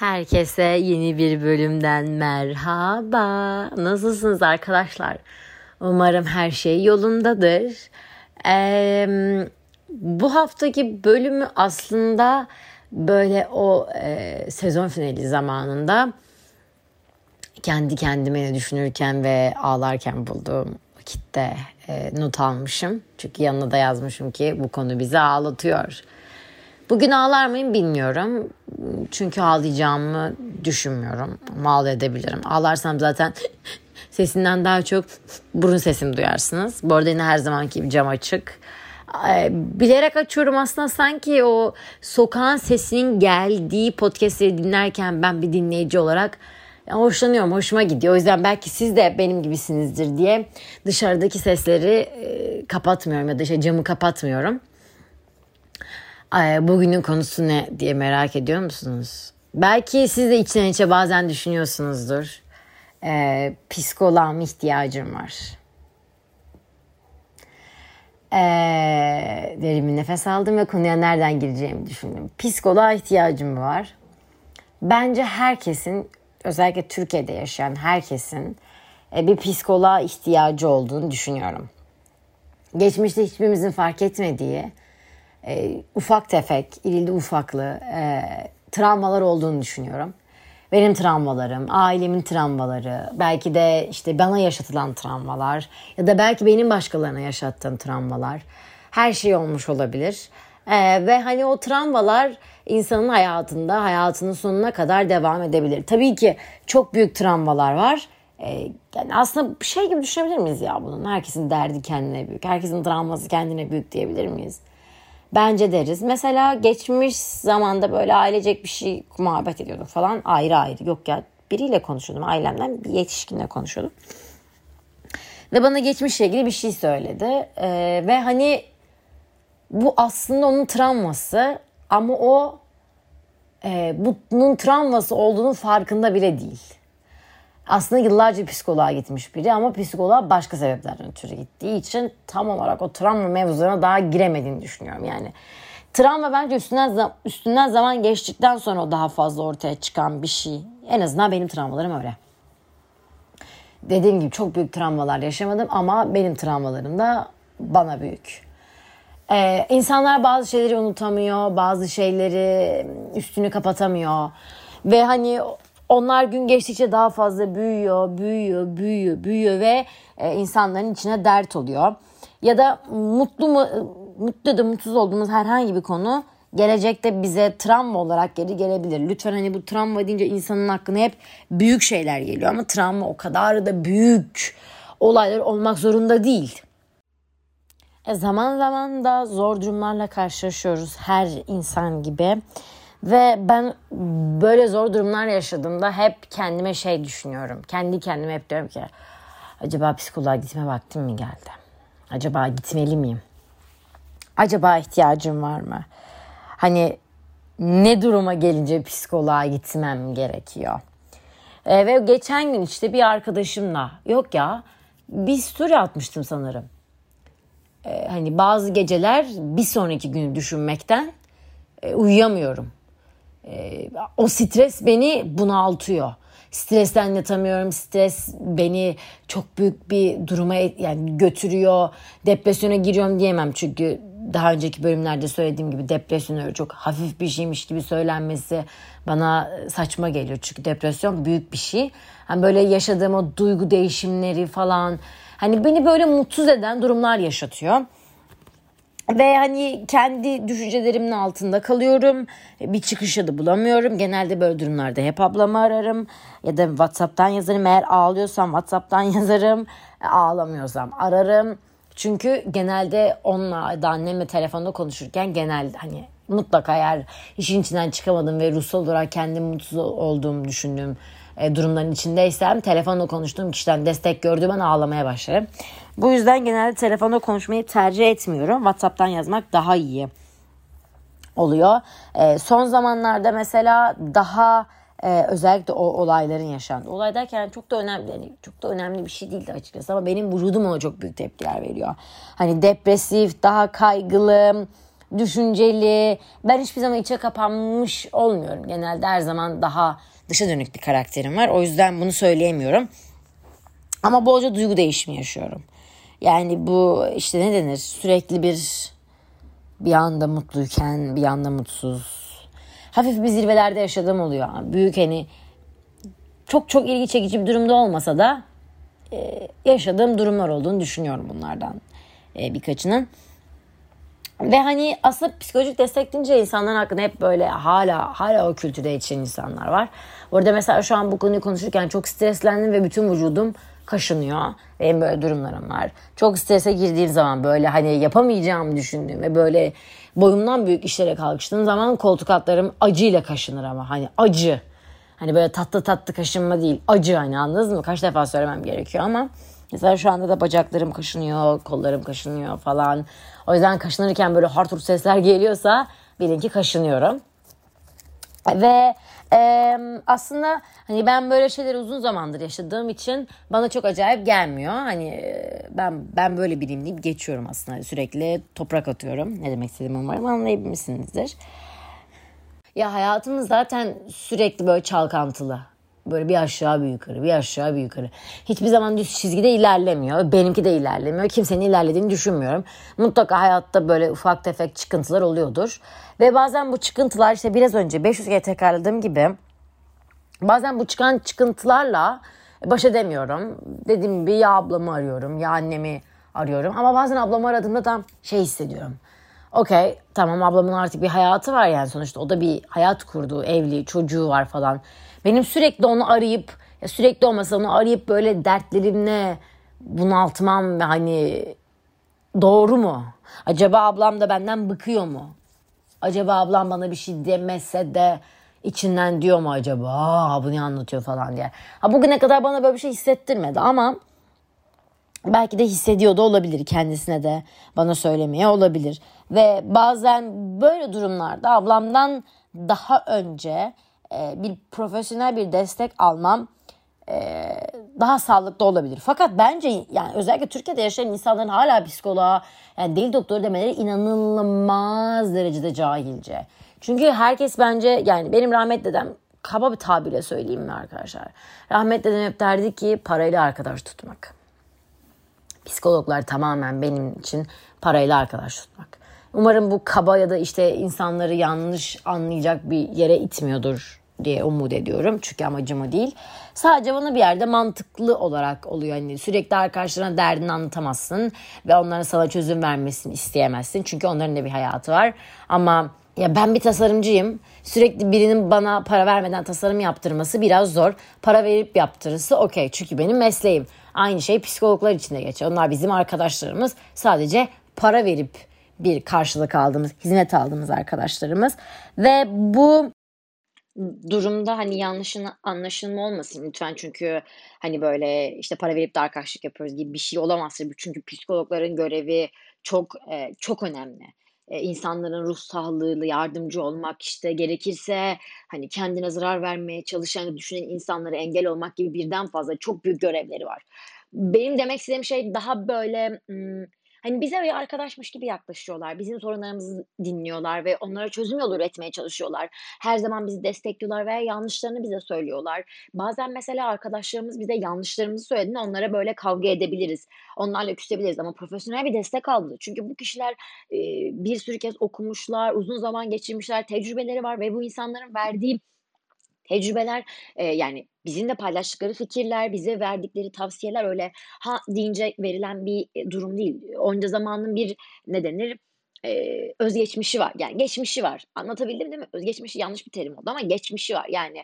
Herkese yeni bir bölümden merhaba. Nasılsınız arkadaşlar? Umarım her şey yolundadır. Bu haftaki bölümü aslında böyle o sezon finali zamanında kendi kendime düşünürken ve ağlarken bulduğum vakitte not almışım. Çünkü yanına da yazmışım ki bu konu bizi ağlatıyor. Bugün ağlar mıyım bilmiyorum. Çünkü ağlayacağımı düşünmüyorum. Ama ağlayabilirim. Ağlarsam zaten sesinden daha çok burun sesimi duyarsınız. Bu arada yine her zamanki gibi cam açık. Bilerek açıyorum aslında, sanki o sokağın sesinin geldiği podcastleri dinlerken ben bir dinleyici olarak hoşlanıyorum, hoşuma gidiyor. O yüzden belki siz de benim gibisinizdir diye dışarıdaki sesleri kapatmıyorum ya da camı kapatmıyorum. Bugünün konusu ne diye merak ediyor musunuz? Belki siz de içten içe bazen düşünüyorsunuzdur. Psikoloğa mı ihtiyacım var? Derin bir nefes aldım ve konuya nereden gireceğimi düşündüm. Psikoloğa ihtiyacım var. Bence herkesin, özellikle Türkiye'de yaşayan herkesin bir psikoloğa ihtiyacı olduğunu düşünüyorum. Geçmişte hiçbirimizin fark etmediği ufak tefek, irili ufaklı travmalar olduğunu düşünüyorum. Benim travmalarım, ailemin travmaları, belki de işte bana yaşatılan travmalar ya da belki benim başkalarına yaşattığım travmalar, her şey olmuş olabilir. Ve hani o travmalar insanın hayatında, hayatının sonuna kadar devam edebilir. Tabii ki çok büyük travmalar var. Yani aslında bir şey gibi düşünebilir miyiz ya bunun? Herkesin derdi kendine büyük, herkesin travması kendine büyük diyebilir miyiz? Bence deriz. Mesela geçmiş zamanda böyle ailecek bir şey muhabbet ediyorduk falan, ayrı ayrı. Yok ya, biriyle konuşuyordum, ailemden bir yetişkinle konuşuyordum. Ve bana geçmişle ilgili bir şey söyledi. Ve hani bu aslında onun travması ama o bunun travması olduğunun farkında bile değil. Aslında yıllarca psikoloğa gitmiş biri ama psikoloğa başka sebeplerden ötürü gittiği için tam olarak o travma mevzularına daha giremediğini düşünüyorum. Yani travma bence üstünden zaman geçtikten sonra o daha fazla ortaya çıkan bir şey. En azından benim travmalarım öyle. Dediğim gibi çok büyük travmalar yaşamadım ama benim travmalarım da bana büyük. İnsanlar bazı şeyleri unutamıyor, bazı şeyleri üstünü kapatamıyor ve hani onlar gün geçtikçe daha fazla büyüyor ve insanların içine dert oluyor. Ya da mutlu ya da mutsuz olduğumuz herhangi bir konu gelecekte bize travma olarak geri gelebilir. Lütfen hani bu travma deyince insanın aklına hep büyük şeyler geliyor ama travma o kadar da büyük olaylar olmak zorunda değil. Zaman zaman da zor durumlarla karşılaşıyoruz her insan gibi. Ve ben böyle zor durumlar yaşadığımda hep kendime şey düşünüyorum. Kendi kendime hep diyorum ki acaba psikoloğa gitme vaktim mi geldi? Acaba gitmeli miyim? Acaba ihtiyacım var mı? Hani ne duruma gelince psikoloğa gitmem gerekiyor? Ve geçen gün işte bir arkadaşımla, yok ya, bir story atmıştım sanırım. Hani bazı geceler bir sonraki günü düşünmekten uyuyamıyorum. O stres beni bunaltıyor. Stresten yatamıyorum. Stres beni çok büyük bir duruma yani götürüyor. Depresyona giriyorum diyemem çünkü daha önceki bölümlerde söylediğim gibi depresyon öyle çok hafif bir şeymiş gibi söylenmesi bana saçma geliyor. Çünkü depresyon büyük bir şey. Hani böyle yaşadığım o duygu değişimleri falan, hani beni böyle mutsuz eden durumlar yaşatıyor. Ve hani kendi düşüncelerimin altında kalıyorum. Bir çıkış yolu bulamıyorum. Genelde böyle durumlarda hep ablamı ararım. Ya da WhatsApp'tan yazarım. Eğer ağlıyorsam WhatsApp'tan yazarım. Ağlamıyorsam ararım. Çünkü genelde onunla da annemle telefonda konuşurken genelde hani mutlaka eğer işin içinden çıkamadım ve ruhsal olarak kendim mutsuz olduğumu düşündüğüm durumların içindeysem telefonla konuştuğum kişiden destek gördüğüm an ağlamaya başlarım. Bu yüzden genelde telefonla konuşmayı tercih etmiyorum. WhatsApp'tan yazmak daha iyi oluyor. Son zamanlarda mesela daha özellikle o olayların yaşandığı. Olay derken çok da önemli, yani çok da önemli bir şey değildi açıkçası ama benim vücudum ona çok büyük tepkiler veriyor. Hani depresif, daha kaygılı, düşünceli. Ben hiçbir zaman içe kapanmış olmuyorum. Genelde her zaman daha dışa dönük bir karakterim var. O yüzden bunu söyleyemiyorum. Ama bolca duygu değişimi yaşıyorum. Yani bu işte ne denir? Sürekli bir anda mutluyken bir anda mutsuz. Hafif bir zirvelerde yaşadığım oluyor. Büyük hani çok çok ilgi çekici bir durumda olmasa da yaşadığım durumlar olduğunu düşünüyorum bunlardan birkaçının. Ve hani aslında psikolojik destek deyince insanların hakkında hep böyle hala o kültürde yetişen insanlar var. Orada mesela şu an bu konuyu konuşurken çok streslendim ve bütün vücudum kaşınıyor. Benim böyle durumlarım var. Çok strese girdiğim zaman böyle hani yapamayacağımı düşündüğüm ve böyle boyumdan büyük işlere kalkıştığım zaman koltuk altlarım acıyla kaşınır ama hani acı. Hani böyle tatlı tatlı kaşınma değil, acı, hani anladınız mı? Kaç defa söylemem gerekiyor ama mesela şu anda da bacaklarım kaşınıyor, kollarım kaşınıyor falan. O yüzden kaşınırken böyle hard sesler geliyorsa bilin ki kaşınıyorum. Ve aslında hani ben böyle şeyleri uzun zamandır yaşadığım için bana çok acayip gelmiyor. Hani ben böyle biriyim deyip geçiyorum aslında. Sürekli toprak atıyorum. Ne demek istediğimi umarım anlayabilmişsinizdir. Ya hayatımız zaten sürekli böyle çalkantılı. Böyle bir aşağı bir yukarı, bir aşağı bir yukarı. Hiçbir zaman düz çizgide ilerlemiyor. Benimki de ilerlemiyor. Kimsenin ilerlediğini düşünmüyorum. Mutlaka hayatta böyle ufak tefek çıkıntılar oluyordur. Ve bazen bu çıkıntılar işte biraz önce 500 kere tekrarladığım gibi bazen bu çıkan çıkıntılarla baş edemiyorum. Dediğim gibi ya ablamı arıyorum ya annemi arıyorum. Ama bazen ablamı aradığımda da şey hissediyorum. Okey, tamam, ablamın artık bir hayatı var yani sonuçta o da bir hayat kurdu, evli, çocuğu var falan. Benim sürekli onu arayıp sürekli olmasa onu arayıp böyle dertlerimle bunaltmam ve hani doğru mu? Acaba ablam da benden bıkıyor mu? Acaba ablam bana bir şey demese de içinden diyor mu acaba? Bu ne anlatıyor falan diye. Bugüne kadar bana böyle bir şey hissettirmedi ama belki de hissediyor da olabilir, kendisine de bana söylemeye olabilir. Ve bazen böyle durumlarda ablamdan daha önce bir profesyonel bir destek almam daha sağlıklı olabilir. Fakat bence yani özellikle Türkiye'de yaşayan insanların hala psikoloğa yani deli doktoru demeleri inanılmaz derecede cahilce. Çünkü herkes bence yani benim rahmetli dedem, kaba bir tabirle söyleyeyim mi arkadaşlar? Rahmetli dedem hep derdi ki parayla arkadaş tutmak. Psikologlar tamamen benim için parayla arkadaş tutmak. Umarım bu kaba ya da işte insanları yanlış anlayacak bir yere itmiyordur diye umut ediyorum. Çünkü amacım o değil. Sadece bana bir yerde mantıklı olarak oluyor. Yani sürekli arkadaşlarına derdini anlatamazsın ve onların sana çözüm vermesini isteyemezsin. Çünkü onların da bir hayatı var. Ama ya ben bir tasarımcıyım. Sürekli birinin bana para vermeden tasarım yaptırması biraz zor. Para verip yaptırırsa okey. Çünkü benim mesleğim. Aynı şey psikologlar için de geçer. Onlar bizim arkadaşlarımız. Sadece para verip bir karşılık aldığımız, hizmet aldığımız arkadaşlarımız. Ve bu durumda hani anlaşılma olmasın lütfen, çünkü hani böyle işte para verip de arkadaşlık yapıyoruz gibi bir şey olamaz. Çünkü psikologların görevi çok önemli. İnsanların ruh sağlığıyla yardımcı olmak, işte gerekirse hani kendine zarar vermeye çalışan, düşünen insanlara engel olmak gibi birden fazla çok büyük görevleri var. Benim demek istediğim şey daha böyle hani bize bir arkadaşmış gibi yaklaşıyorlar. Bizim sorunlarımızı dinliyorlar ve onlara çözüm yolu üretmeye çalışıyorlar. Her zaman bizi destekliyorlar veya yanlışlarını bize söylüyorlar. Bazen mesela arkadaşlarımız bize yanlışlarımızı söylediğinde onlara böyle kavga edebiliriz. Onlarla küsebiliriz ama profesyonel bir destek aldığında. Çünkü bu kişiler bir sürü kez okumuşlar, uzun zaman geçirmişler, tecrübeleri var ve bu insanların verdiği tecrübeler, yani bizimle paylaştıkları fikirler, bize verdikleri tavsiyeler öyle ha deyince verilen bir durum değil. Onca zamanın bir ne denir, özgeçmişi var. Yani geçmişi var. Anlatabildim değil mi? Özgeçmişi yanlış bir terim oldu ama geçmişi var. Yani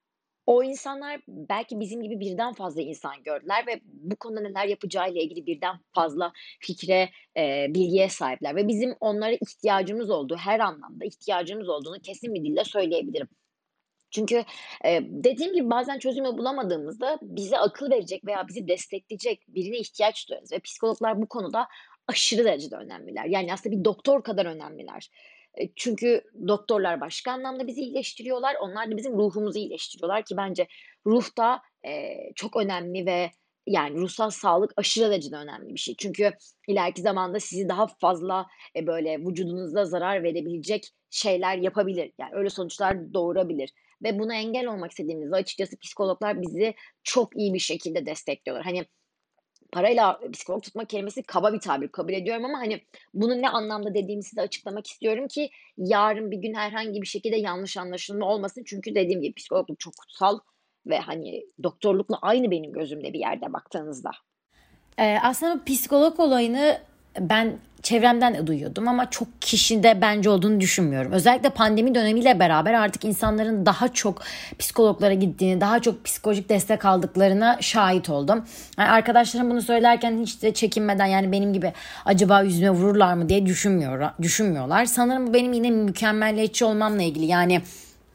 o insanlar belki bizim gibi birden fazla insan gördüler ve bu konuda neler yapacağıyla ilgili birden fazla fikre, bilgiye sahipler ve bizim onlara ihtiyacımız olduğu, her anlamda ihtiyacımız olduğunu kesin bir dille söyleyebilirim. Çünkü, dediğim gibi bazen çözüm bulamadığımızda bize akıl verecek veya bizi destekleyecek birine ihtiyaç duyarız ve psikologlar bu konuda aşırı derecede önemliler. Yani aslında bir doktor kadar önemliler. Çünkü doktorlar başka anlamda bizi iyileştiriyorlar. Onlar da bizim ruhumuzu iyileştiriyorlar ki bence ruh da, çok önemli ve yani ruhsal sağlık aşırı derecede önemli bir şey. Çünkü ileriki zamanda sizi daha fazla böyle vücudunuzda zarar verebilecek şeyler yapabilir. Yani öyle sonuçlar doğurabilir. Ve buna engel olmak istediğimizde açıkçası psikologlar bizi çok iyi bir şekilde destekliyorlar. Hani parayla psikolog tutma kelimesi kaba bir tabir, kabul ediyorum ama hani bunu ne anlamda dediğimi size açıklamak istiyorum ki yarın bir gün herhangi bir şekilde yanlış anlaşılma olmasın. Çünkü dediğim gibi psikologluk çok kutsal ve hani doktorlukla aynı benim gözümde bir yerde baktığınızda. Aslında bu psikolog olayını ben çevremden de duyuyordum ama çok kişide bence olduğunu düşünmüyorum. Özellikle pandemi dönemiyle beraber artık insanların daha çok psikologlara gittiğini, daha çok psikolojik destek aldıklarına şahit oldum. Yani arkadaşlarım bunu söylerken hiç de çekinmeden, yani benim gibi acaba yüzüme vururlar mı diye düşünmüyorlar. Sanırım bu benim yine mükemmelliyetçi olmamla ilgili. Yani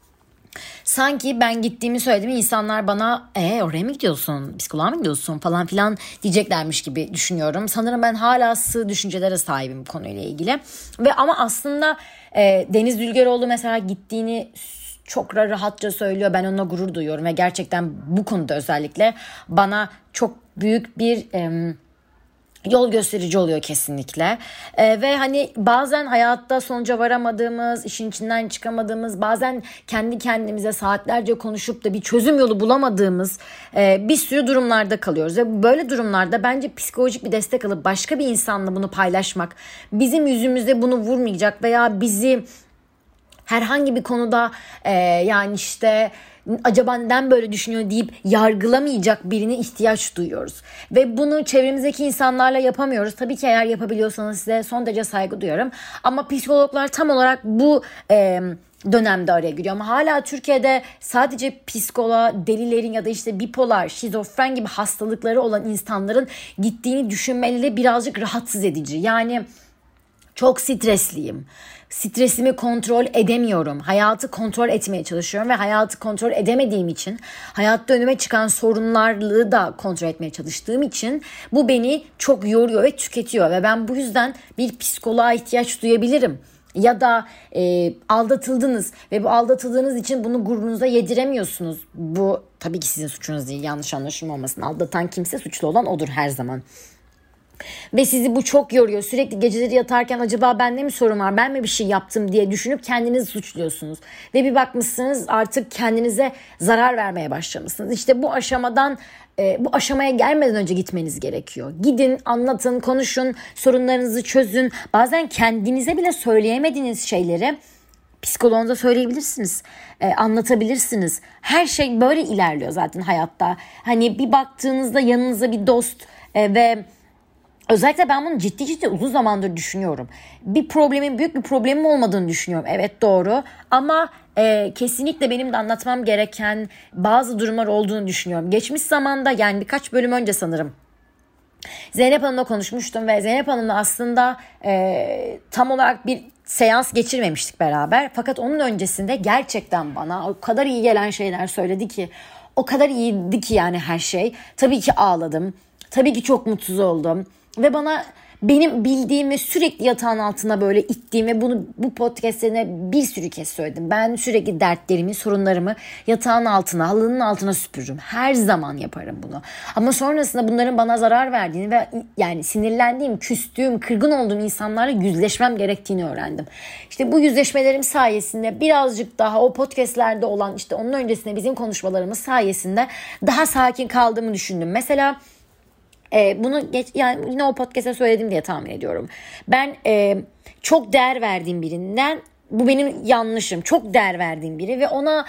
sanki ben gittiğimi söylediğim insanlar bana oraya mı gidiyorsun, psikoloğa mı gidiyorsun falan filan diyeceklermiş gibi düşünüyorum. Sanırım ben hala sığ düşüncelere sahibim bu konuyla ilgili. Ve ama aslında Deniz Dülgeroğlu mesela gittiğini çok rahatça söylüyor. Ben onunla gurur duyuyorum ve gerçekten bu konuda özellikle bana çok büyük bir yol gösterici oluyor kesinlikle. Ve hani bazen hayatta sonuca varamadığımız, işin içinden çıkamadığımız, bazen kendi kendimize saatlerce konuşup da bir çözüm yolu bulamadığımız bir sürü durumlarda kalıyoruz. Ve böyle durumlarda bence psikolojik bir destek alıp başka bir insanla bunu paylaşmak, bizim yüzümüze bunu vurmayacak veya bizi herhangi bir konuda yani işte acaba neden böyle düşünüyor deyip yargılamayacak birine ihtiyaç duyuyoruz. Ve bunu çevremizdeki insanlarla yapamıyoruz. Tabii ki eğer yapabiliyorsanız size son derece saygı duyuyorum. Ama psikologlar tam olarak bu dönemde araya giriyor. Ama hala Türkiye'de sadece psikoloğa delilerin ya da işte bipolar, şizofren gibi hastalıkları olan insanların gittiğini düşünmeleri birazcık rahatsız edici. Yani çok stresliyim. Stresimi kontrol edemiyorum. Hayatı kontrol etmeye çalışıyorum ve hayatı kontrol edemediğim için, hayatta önüme çıkan sorunları da kontrol etmeye çalıştığım için bu beni çok yoruyor ve tüketiyor ve ben bu yüzden bir psikoloğa ihtiyaç duyabilirim. Ya da aldatıldınız ve bu aldatıldığınız için bunu gururunuza yediremiyorsunuz. Bu tabii ki sizin suçunuz değil, yanlış anlaşılma olmasın. Aldatan kimse, suçlu olan odur her zaman. Ve sizi bu çok yoruyor. Sürekli geceleri yatarken acaba bende mi sorun var, ben mi bir şey yaptım diye düşünüp kendinizi suçluyorsunuz. Ve bir bakmışsınız artık kendinize zarar vermeye başlamışsınız. İşte bu aşamaya gelmeden önce gitmeniz gerekiyor. Gidin, anlatın, konuşun, sorunlarınızı çözün. Bazen kendinize bile söyleyemediğiniz şeyleri psikoloğunuza söyleyebilirsiniz, anlatabilirsiniz. Her şey böyle ilerliyor zaten hayatta. Hani bir baktığınızda yanınıza bir dost ve özellikle ben bunu ciddi uzun zamandır düşünüyorum. Büyük bir problemim olmadığını düşünüyorum. Evet, doğru, ama kesinlikle benim de anlatmam gereken bazı durumlar olduğunu düşünüyorum. Geçmiş zamanda, yani birkaç bölüm önce sanırım, Zeynep Hanım'la konuşmuştum ve Zeynep Hanım'la aslında tam olarak bir seans geçirmemiştik beraber. Fakat onun öncesinde gerçekten bana o kadar iyi gelen şeyler söyledi ki, o kadar iyiydi ki yani her şey. Tabii ki ağladım. Tabii ki çok mutsuz oldum. Ve bana benim bildiğim ve sürekli yatağın altına böyle ittiğim ve bunu bu podcastlerine bir sürü kez söyledim. Ben sürekli dertlerimi, sorunlarımı yatağın altına, halının altına süpürürüm. Her zaman yaparım bunu. Ama sonrasında bunların bana zarar verdiğini ve yani sinirlendiğim, küstüğüm, kırgın olduğum insanlarla yüzleşmem gerektiğini öğrendim. İşte bu yüzleşmelerim sayesinde birazcık daha o podcastlerde olan, işte onun öncesinde bizim konuşmalarımız sayesinde daha sakin kaldığımı düşündüm. Mesela bunu yani yine o podcast'te söyledim diye tahmin ediyorum. Ben çok değer verdiğim birinden, bu benim yanlışım, çok değer verdiğim biri ve ona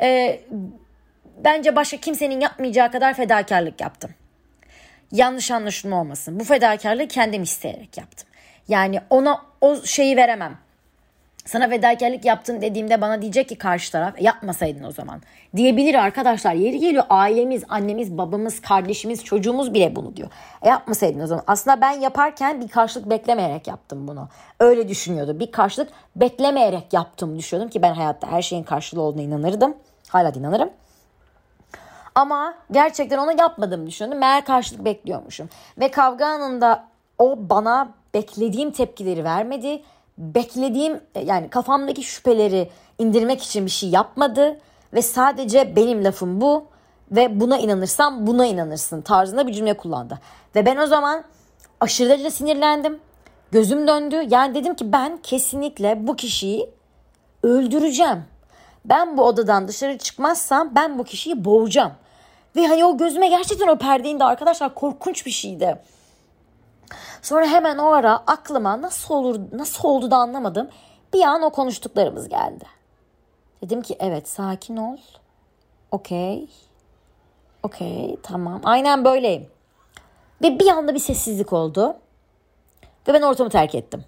bence başka kimsenin yapmayacağı kadar fedakarlık yaptım. Yanlış anlaşılma olmasın. Bu fedakarlığı kendim isteyerek yaptım. Yani ona o şeyi veremem. Sana fedakarlık yaptın dediğimde bana diyecek ki karşı taraf, yapmasaydın o zaman diyebilir arkadaşlar. Yeri geliyor ailemiz, annemiz, babamız, kardeşimiz, çocuğumuz bile bunu diyor. Yapmasaydın o zaman. Aslında ben yaparken bir karşılık beklemeyerek yaptım bunu. Öyle düşünüyordu. Bir karşılık beklemeyerek yaptım düşünüyordum ki ben hayatta her şeyin karşılığı olduğuna inanırdım. Hala da inanırım. Ama gerçekten onu yapmadığımı düşünüyordum. Meğer karşılık bekliyormuşum. Ve kavga anında o bana beklediğim tepkileri vermedi. Beklediğim, yani kafamdaki şüpheleri indirmek için bir şey yapmadı ve sadece benim lafım bu, ve buna inanırsan buna inanırsın tarzında bir cümle kullandı. Ve ben o zaman aşırı derecede sinirlendim. Gözüm döndü. Yani dedim ki ben kesinlikle bu kişiyi öldüreceğim. Ben bu odadan dışarı çıkmazsam ben bu kişiyi boğacağım. Ve hani o gözüme gerçekten o perde indi arkadaşlar, korkunç bir şeydi. Sonra hemen o ara aklıma nasıl oldu da anlamadım. Bir an o konuştuklarımız geldi. Dedim ki evet, sakin ol. Okey, tamam. Aynen böyleyim. Ve bir anda bir sessizlik oldu. Ve ben ortamı terk ettim.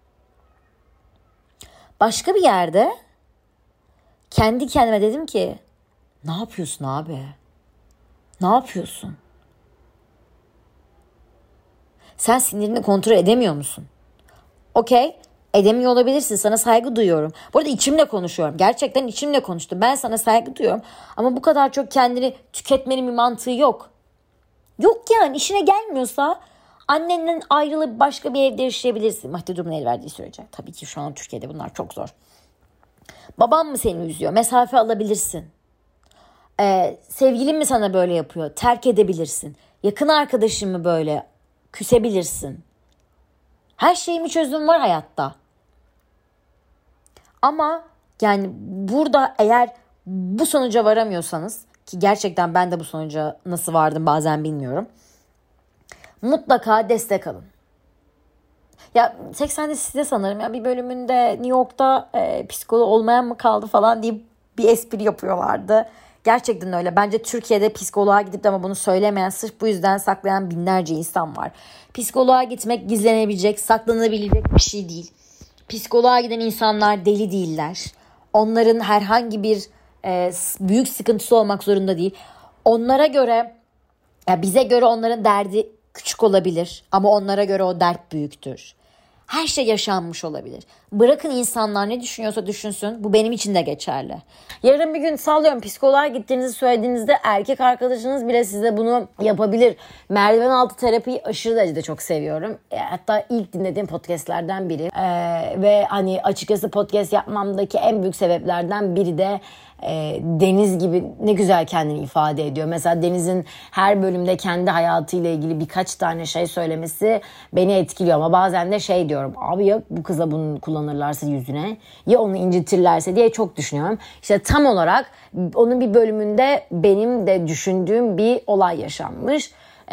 Başka bir yerde kendi kendime dedim ki ne yapıyorsun abi? Ne yapıyorsun? Sen sinirini kontrol edemiyor musun? Okey, edemiyor olabilirsin. Sana saygı duyuyorum. Bu arada içimle konuşuyorum. Gerçekten içimle konuştum. Ben sana saygı duyuyorum. Ama bu kadar çok kendini tüketmenin bir mantığı yok. Yok yani, işine gelmiyorsa annenden ayrılıp başka bir evde yaşayabilirsin. Maddi durumun el verdiği sürece. Tabii ki şu an Türkiye'de bunlar çok zor. Babam mı seni üzüyor? Mesafe alabilirsin. Sevgilin mi sana böyle yapıyor? Terk edebilirsin. Yakın arkadaşın mı böyle? Küsebilirsin. Her şeyin bir çözümü var hayatta. Ama yani burada eğer bu sonuca varamıyorsanız, ki gerçekten ben de bu sonuca nasıl vardım bazen bilmiyorum, mutlaka destek alın. Ya 80'de sizde sanırım ya bir bölümünde New York'ta psikolog olmayan mı kaldı falan diye bir espri yapıyorlardı. Gerçekten öyle. Bence Türkiye'de psikoloğa gidip de ama bunu söylemeyen, sırf bu yüzden saklayan binlerce insan var. Psikoloğa gitmek gizlenebilecek, saklanabilecek bir şey değil. Psikoloğa giden insanlar deli değiller. Onların herhangi bir büyük sıkıntısı olmak zorunda değil. Onlara göre, ya bize göre onların derdi küçük olabilir ama onlara göre o dert büyüktür. Her şey yaşanmış olabilir. Bırakın insanlar ne düşünüyorsa düşünsün. Bu benim için de geçerli. Yarın bir gün sallıyorum, psikoloğa gittiğinizi söylediğinizde erkek arkadaşınız bile size bunu yapabilir. Merdiven altı terapiyi aşırı derecede çok seviyorum. Hatta ilk dinlediğim podcastlerden biri. Ve hani açıkçası podcast yapmamdaki en büyük sebeplerden biri de Deniz gibi ne güzel kendini ifade ediyor. Mesela Deniz'in her bölümde kendi hayatıyla ilgili birkaç tane şey söylemesi beni etkiliyor. Ama bazen de şey diyorum, abi ya bu kıza bunu kullanırlarsa yüzüne, ya onu incitirlerse diye çok düşünüyorum. İşte tam olarak onun bir bölümünde benim de düşündüğüm bir olay yaşanmış.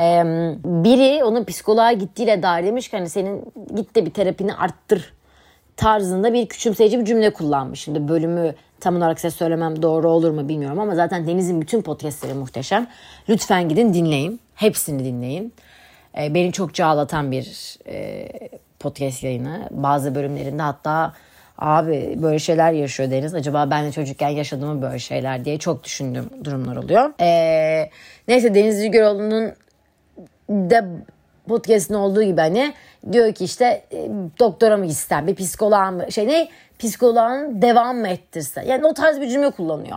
Biri onun psikoloğa gittiğiyle dair demiş ki hani senin git de bir terapini arttır tarzında bir küçümseyici bir cümle kullanmış. Şimdi bölümü tam olarak size söylemem doğru olur mu bilmiyorum ama zaten Deniz'in bütün podcastleri muhteşem. Lütfen gidin dinleyin. Hepsini dinleyin. Beni çok ağlatan bir podcast yayını. Bazı bölümlerinde hatta abi böyle şeyler yaşıyor Deniz. Acaba ben de çocukken yaşadım mı böyle şeyler diye çok düşündüğüm durumlar oluyor. Neyse, Deniz Yüceloğlu'nun de podcast'ın olduğu gibi hani diyor ki işte doktora mı gitsen, bir psikoloğa mı psikoloğun devam mı ettirse, yani o tarz bir cümle kullanıyor.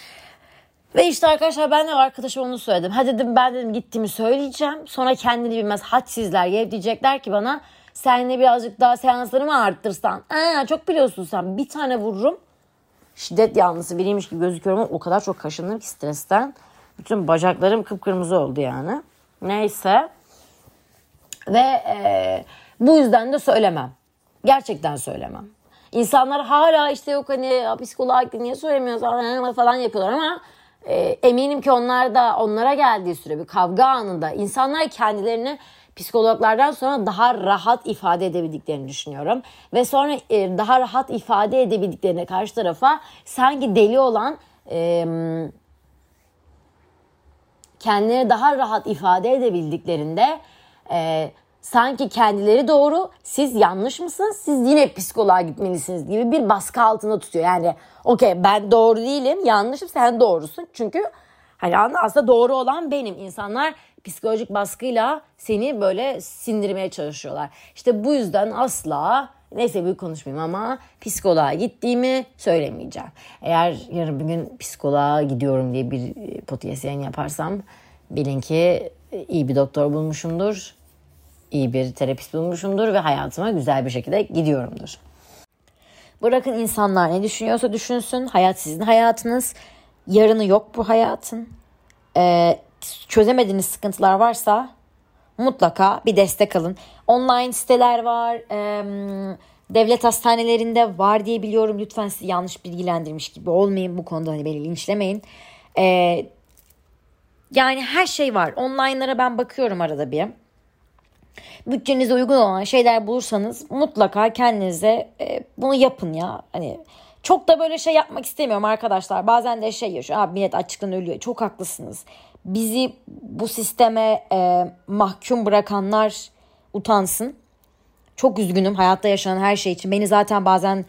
Ve işte arkadaşlar ben de arkadaşıma onu söyledim. Ha dedim, ben dedim gittiğimi söyleyeceğim. Sonra kendini bilmez hadsizler gelip diyecekler ki bana seninle birazcık daha seansları mı arttırsan? Çok biliyorsun sen, bir tane vururum. Şiddet yanlısı biriymiş gibi gözüküyorum ama o kadar çok kaşındım ki stresten. Bütün bacaklarım kıpkırmızı oldu yani. Neyse. Ve bu yüzden de söylemem. Gerçekten söylemem. İnsanlar hala işte yok hani psikoloğa niye söylemiyorsun falan yapıyorlar ama eminim ki onlar da, onlara geldiği süre bir kavga anında insanlar kendilerini psikologlardan sonra daha rahat ifade edebildiklerini düşünüyorum. Ve sonra daha rahat ifade edebildiklerine karşı tarafa sanki deli olan, kendileri daha rahat ifade edebildiklerinde sanki kendileri doğru, siz yanlış mısınız, siz yine psikoloğa gitmelisiniz gibi bir baskı altında tutuyor. Yani okey, ben doğru değilim, yanlışım, sen doğrusun. Çünkü hani aslında doğru olan benim. İnsanlar psikolojik baskıyla seni böyle sindirmeye çalışıyorlar. İşte bu yüzden asla, neyse büyük konuşmayayım ama psikoloğa gittiğimi söylemeyeceğim. Eğer yarın bir gün psikoloğa gidiyorum diye bir podcast yayın yaparsam bilin ki iyi bir doktor bulmuşumdur. İyi bir terapist bulmuşumdur ve hayatıma güzel bir şekilde gidiyorumdur. Bırakın insanlar ne düşünüyorsa düşünsün. Hayat sizin hayatınız. Yarını yok bu hayatın. çözemediğiniz sıkıntılar varsa mutlaka bir destek alın. Online siteler var. Devlet hastanelerinde var diye biliyorum. Lütfen sizi yanlış bilgilendirmiş gibi olmayın. Bu konuda hani beni linçlemeyin. Yani her şey var. Online'lara ben bakıyorum arada bir. Bütçenize uygun olan şeyler bulursanız mutlaka kendinize bunu yapın ya. Hani çok da böyle şey yapmak istemiyorum arkadaşlar. Bazen de şey yaşıyor. Abi millet açlıktan ölüyor. Çok haklısınız. Bizi bu sisteme mahkum bırakanlar utansın. Çok üzgünüm hayatta yaşanan her şey için. Beni zaten bazen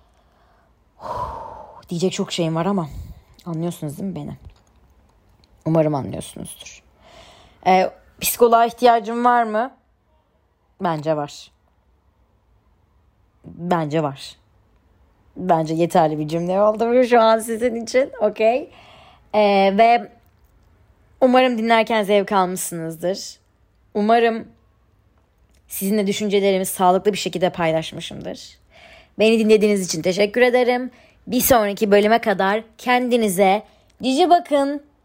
diyecek çok şeyim var ama anlıyorsunuz değil mi beni? Umarım anlıyorsunuzdur. Psikoloğa ihtiyacım var mı? Bence var. Bence var. Bence yeterli bir cümle oldu şu an sizin için. Okey. Ve umarım dinlerken zevk almışsınızdır. Umarım sizinle düşüncelerimi sağlıklı bir şekilde paylaşmışımdır. Beni dinlediğiniz için teşekkür ederim. Bir sonraki bölüme kadar kendinize cici bakın.